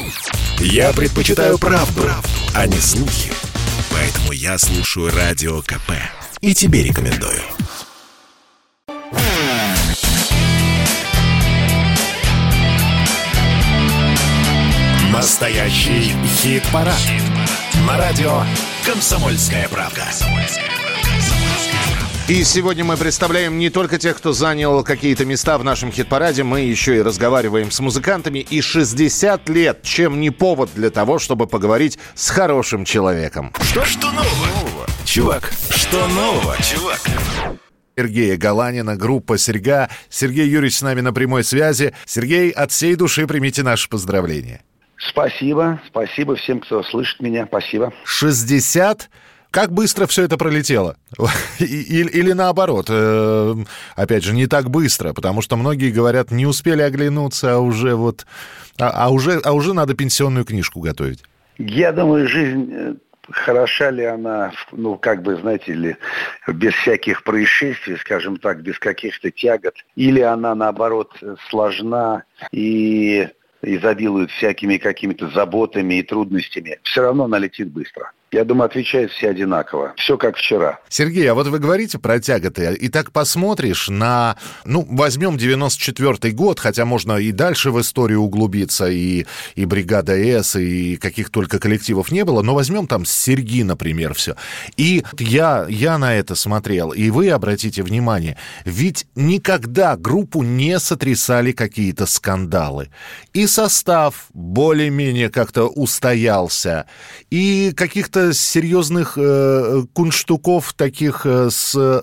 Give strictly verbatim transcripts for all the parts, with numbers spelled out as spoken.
Я предпочитаю правду, правду, а не слухи. Поэтому я слушаю Радио КП. И тебе рекомендую. Настоящий хит-парад. Хит-парад. На радио «Комсомольская правда». И сегодня мы представляем не только тех, кто занял какие-то места в нашем хит-параде, мы еще и разговариваем с музыкантами. И шестьдесят лет, чем не повод для того, чтобы поговорить с хорошим человеком. Что, что нового, чувак? Что нового, чувак? Сергея Галанина, группа «Серьга». Сергей Юрьевич с нами на прямой связи. Сергей, от всей души примите наши поздравления. Спасибо, спасибо всем, кто слышит меня, спасибо. шестьдесят? Как быстро все это пролетело? Или, или наоборот, э, опять же, не так быстро, потому что многие говорят, не успели оглянуться, а уже вот, а, а уже, а уже надо пенсионную книжку готовить. Я думаю, жизнь, хороша ли она, ну, как бы, знаете ли, без всяких происшествий, скажем так, без каких-то тягот, или она, наоборот, сложна и изобилует всякими какими-то заботами и трудностями, все равно она летит быстро. Я думаю, отвечают все одинаково. Все как вчера. Сергей, а вот вы говорите про тяготы, и так посмотришь на... Ну, возьмем девяносто четвёртый год, хотя можно и дальше в историю углубиться, и, и «Бригада С», и каких только коллективов не было, но возьмем там «Серьги», например, все. И я, я на это смотрел, и вы обратите внимание, ведь никогда группу не сотрясали какие-то скандалы. И состав более-менее как-то устоялся, и каких-то серьезных э, кунштуков таких э, с э,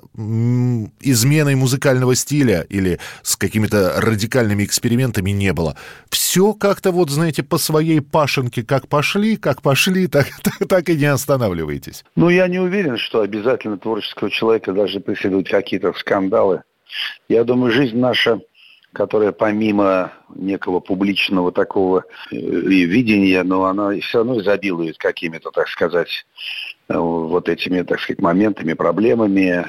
изменой музыкального стиля или с какими-то радикальными экспериментами не было. Все как-то вот, знаете, по своей пашенке, как пошли, как пошли, так, так, так и не останавливаетесь. Ну, я не уверен, что обязательно творческого человека должны преследовать какие-то скандалы. Я думаю, жизнь наша, которая помимо некого публичного такого э, видения, но она все равно изобилует какими-то, так сказать, э, вот этими, так сказать, моментами, проблемами.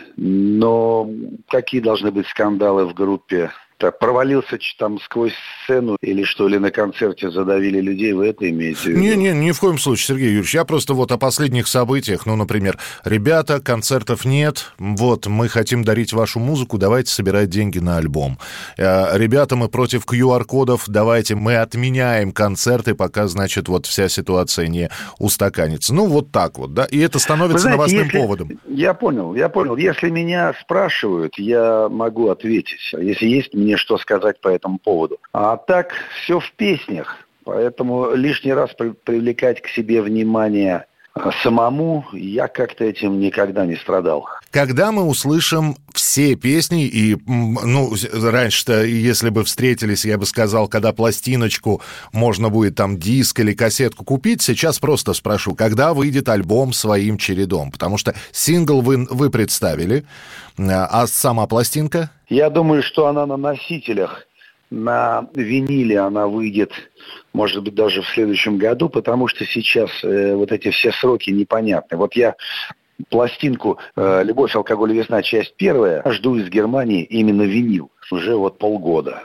Но какие должны быть скандалы в группе? Так, провалился там сквозь сцену или что, или на концерте задавили людей, вы это имеете в виду? Не-не, ни в коем случае, Сергей Юрьевич. Я просто вот о последних событиях. Ну, например, ребята, концертов нет, вот, мы хотим дарить вашу музыку, давайте собирать деньги на альбом. Ребята, мы против ку ар-кодов, давайте мы отменяем концерты, пока, значит, вот вся ситуация не устаканится. Ну, вот так вот, да, и это становится знаете, новостным если... поводом. Я понял, я понял. Если меня спрашивают, я могу ответить. Если есть мне что сказать по этому поводу. А так все в песнях. Поэтому лишний раз при- привлекать к себе внимание самому я как-то этим никогда не страдал. Когда мы услышим все песни, и, ну, раньше-то, если бы встретились, я бы сказал, когда пластиночку можно будет там диск или кассетку купить, сейчас просто спрошу, когда выйдет альбом своим чередом? Потому что сингл вы, вы представили, а сама пластинка? Я думаю, что она на носителях. На виниле она выйдет, может быть, даже в следующем году, потому что сейчас э, вот эти все сроки непонятны. Вот я пластинку э, «Любовь, алкоголь и весна», часть первая, жду из Германии именно винил уже вот полгода.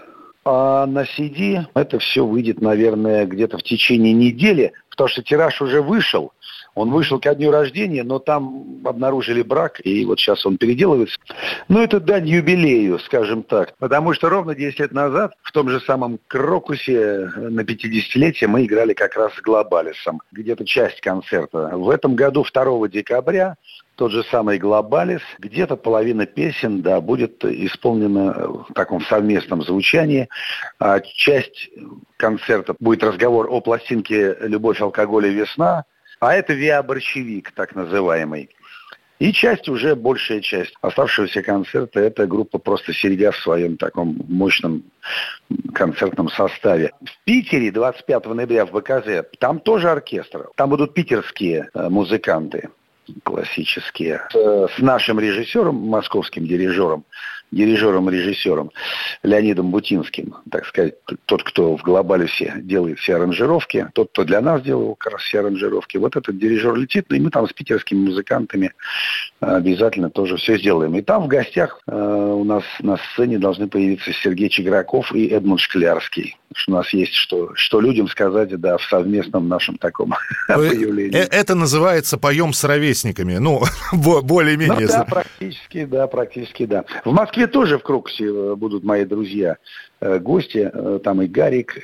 А на си ди это все выйдет, наверное, где-то в течение недели, потому что тираж уже вышел. Он вышел ко дню рождения, но там обнаружили брак, и вот сейчас он переделывается. Ну, это дань юбилею, скажем так. Потому что ровно десять лет назад в том же самом Крокусе на пятидесятилетие мы играли как раз с Глобалисом. Где-то часть концерта. В этом году второго декабря тот же самый Глобалис. Где-то половина песен, да, будет исполнена в таком совместном звучании. А часть концерта будет разговор о пластинке «Любовь, алкоголь и весна». А это «Виа-борщевик», так называемый. И часть, уже большая часть оставшегося концерта, это группа просто «Серьга» в своем таком мощном концертном составе. В Питере двадцать пятого ноября в ВКЗ, там тоже оркестр. Там будут питерские э, музыканты классические. С, с нашим режиссером, московским дирижером дирижером-режиссером Леонидом Бутинским, так сказать, тот, кто в Глобалюсе делает все аранжировки, тот, кто для нас делал как раз все аранжировки. Вот этот дирижер летит, ну и мы там с питерскими музыкантами обязательно тоже все сделаем. И там в гостях э, у нас на сцене должны появиться Сергей Чиграков и Эдмунд Шклярский. Что у нас есть что, что людям сказать, да, в совместном нашем таком появлении. Это называется «Поем с ровесниками». Ну, более-менее. Ну, да, практически, да, практически, да. В Москве тоже в Крокусе будут мои друзья, гости. Там и Гарик,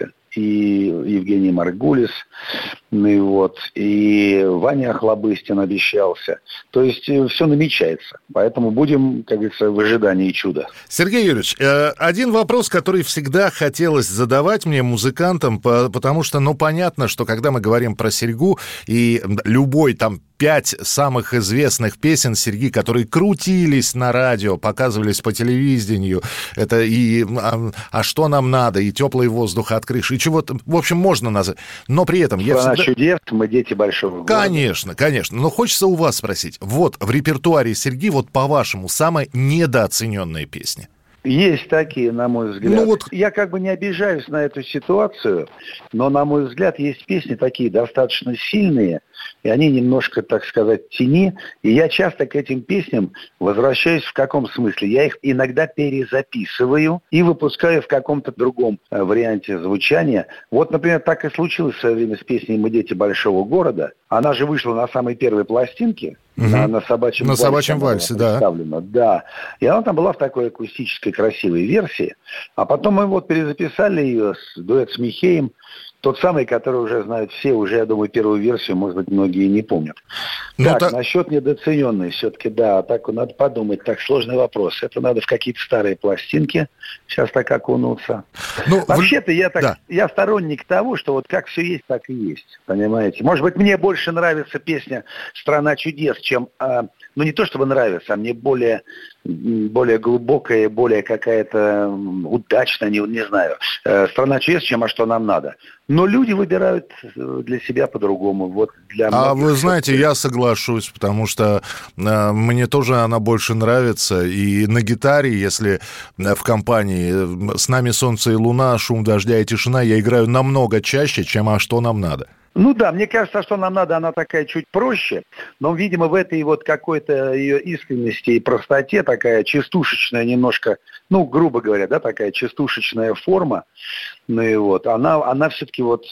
и Евгений Маргулис, ну и вот, и Ваня Охлобыстин обещался. То есть все намечается. Поэтому будем, как говорится, в ожидании чуда. Сергей Юрьевич, один вопрос, который всегда хотелось задавать мне, музыкантам, потому что, ну, понятно, что когда мы говорим про Серьгу, и любой там пять самых известных песен Серьги, которые крутились на радио, показывались по телевидению, это и «А, а что нам надо», и «Теплый воздух от крыши», и чего-то, в общем, можно назвать. Но при этом я «Страна всегда... чудес», «Мы дети большого города». Конечно, конечно. Но хочется у вас спросить. Вот в репертуаре Серьги, вот по-вашему, самая недооцененная песня? Есть такие, на мой взгляд. Ну, вот... Я как бы не обижаюсь на эту ситуацию, но, на мой взгляд, есть песни такие достаточно сильные, и они немножко, так сказать, в тени. И я часто к этим песням возвращаюсь в каком смысле? Я их иногда перезаписываю и выпускаю в каком-то другом варианте звучания. Вот, например, так и случилось в свое время с песней «Мы дети большого города». Она же вышла на самой первой пластинке. Угу. На, на собачьем на вальсе. собачьем вальсе, да. Да. И она там была в такой акустической красивой версии. А потом мы вот перезаписали ее с дуэт с Михеем. Тот самый, который уже знают все, уже, я думаю, первую версию, может быть, многие не помнят. Ну, так, та... насчет недооцененной все-таки, да, так надо подумать, так сложный вопрос. Это надо в какие-то старые пластинки сейчас так окунуться. Ну, Вообще-то вы... я, так, да. я сторонник того, что вот как все есть, так и есть, понимаете. Может быть, мне больше нравится песня «Страна чудес», чем, а, ну не то чтобы нравится, а мне более... более глубокая, более какая-то удачная, не, не знаю, э, «Страна чудес», чем «А что нам надо». Но люди выбирают для себя по-другому. Вот для а вы знаете, я соглашусь, потому что э, мне тоже она больше нравится. И на гитаре, если в компании «С нами солнце и луна», «Шум дождя и тишина», я играю намного чаще, чем «А что нам надо». Ну да, мне кажется, что нам надо, она такая чуть проще, но, видимо, в этой вот какой-то ее искренности и простоте такая частушечная немножко, ну, грубо говоря, да, такая частушечная форма, ну и вот, она, она все-таки вот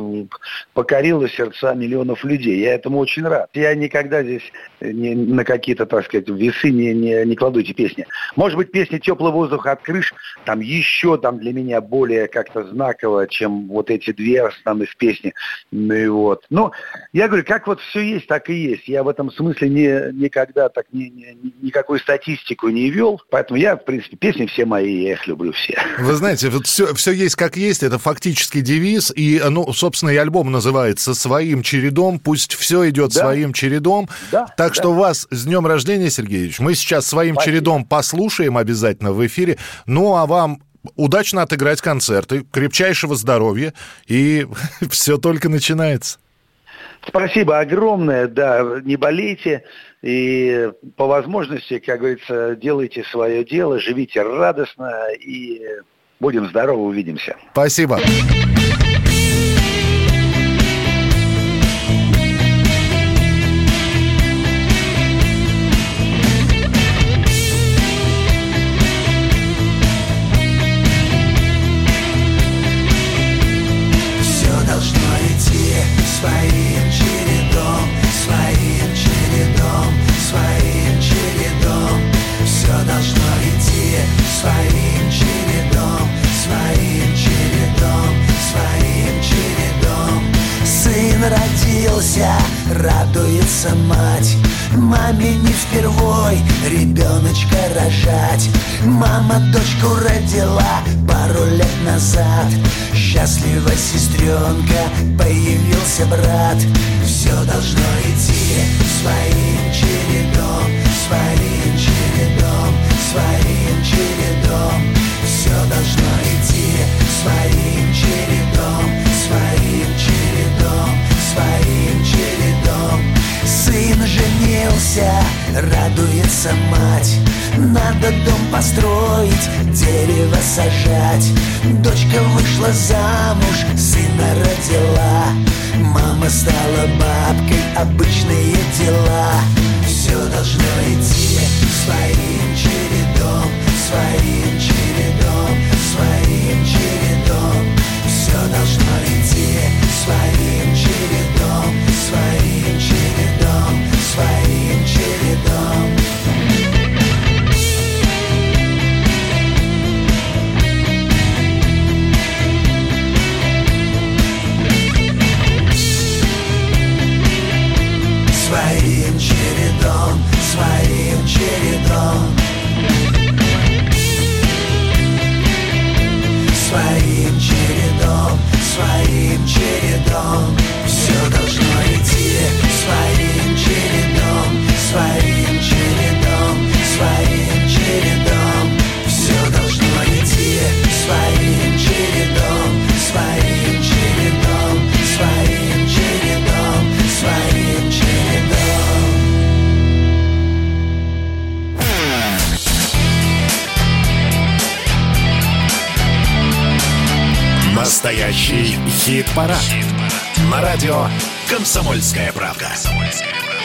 покорила сердца миллионов людей, я этому очень рад. Я никогда здесь не, на какие-то, так сказать, весы не, не, не кладу эти песни. Может быть, песня «Теплый воздух от крыш» там еще там для меня более как-то знаково, чем вот эти две основных песни. Ну и вот. Но я говорю, как вот все есть, так и есть. Я в этом смысле не, никогда так ни, ни, никакую статистику не вел. Поэтому я, в принципе, песни все мои, я их люблю все. Вы знаете, вот все, все есть как есть, это фактически девиз. И, ну, собственно, и альбом называется «Своим чередом». Пусть все идет да. своим чередом. Да, так да. что вас с днем рождения, Сергей Ильич. Мы сейчас «Своим Спасибо. чередом» послушаем обязательно в эфире. Ну, а вам... удачно отыграть концерты, крепчайшего здоровья, и все только начинается. Спасибо огромное, да, не болейте, и по возможности, как говорится, делайте свое дело, живите радостно, и будем здоровы, увидимся. Спасибо. Своим чередом, своим чередом, своим чередом. Все должно идти своим чередом, своим чередом, своим чередом. Сын родился, радуется мать. Маме не впервой ребеночка рожать. Мама дочку родила пару лет назад. Счастлива сестренка, появился брат. Все должно идти своим чередом, своим чередом, своим чередом. Все должно идти своим чередом, своим чередом, своим чередом. Сын женился, радуется мать. Надо дом построить, дерево сажать. Дочка вышла замуж, сына родила. Мама стала бабкой, обычные дела. Все должно идти своим чередом, своим чередом, своим чередом. Все должно идти своим чередом, своим чередом, своим чередом. Своим чередом, своим чередом. Своим чередом, своим чередом. Все должно идти своим чередом, своим чередом, своим чередом. Все должно идти своим чередом, своим чередом, своим чередом, своим чередом. Настоящий хит-парад. Хит-парад. На радио «Комсомольская правда».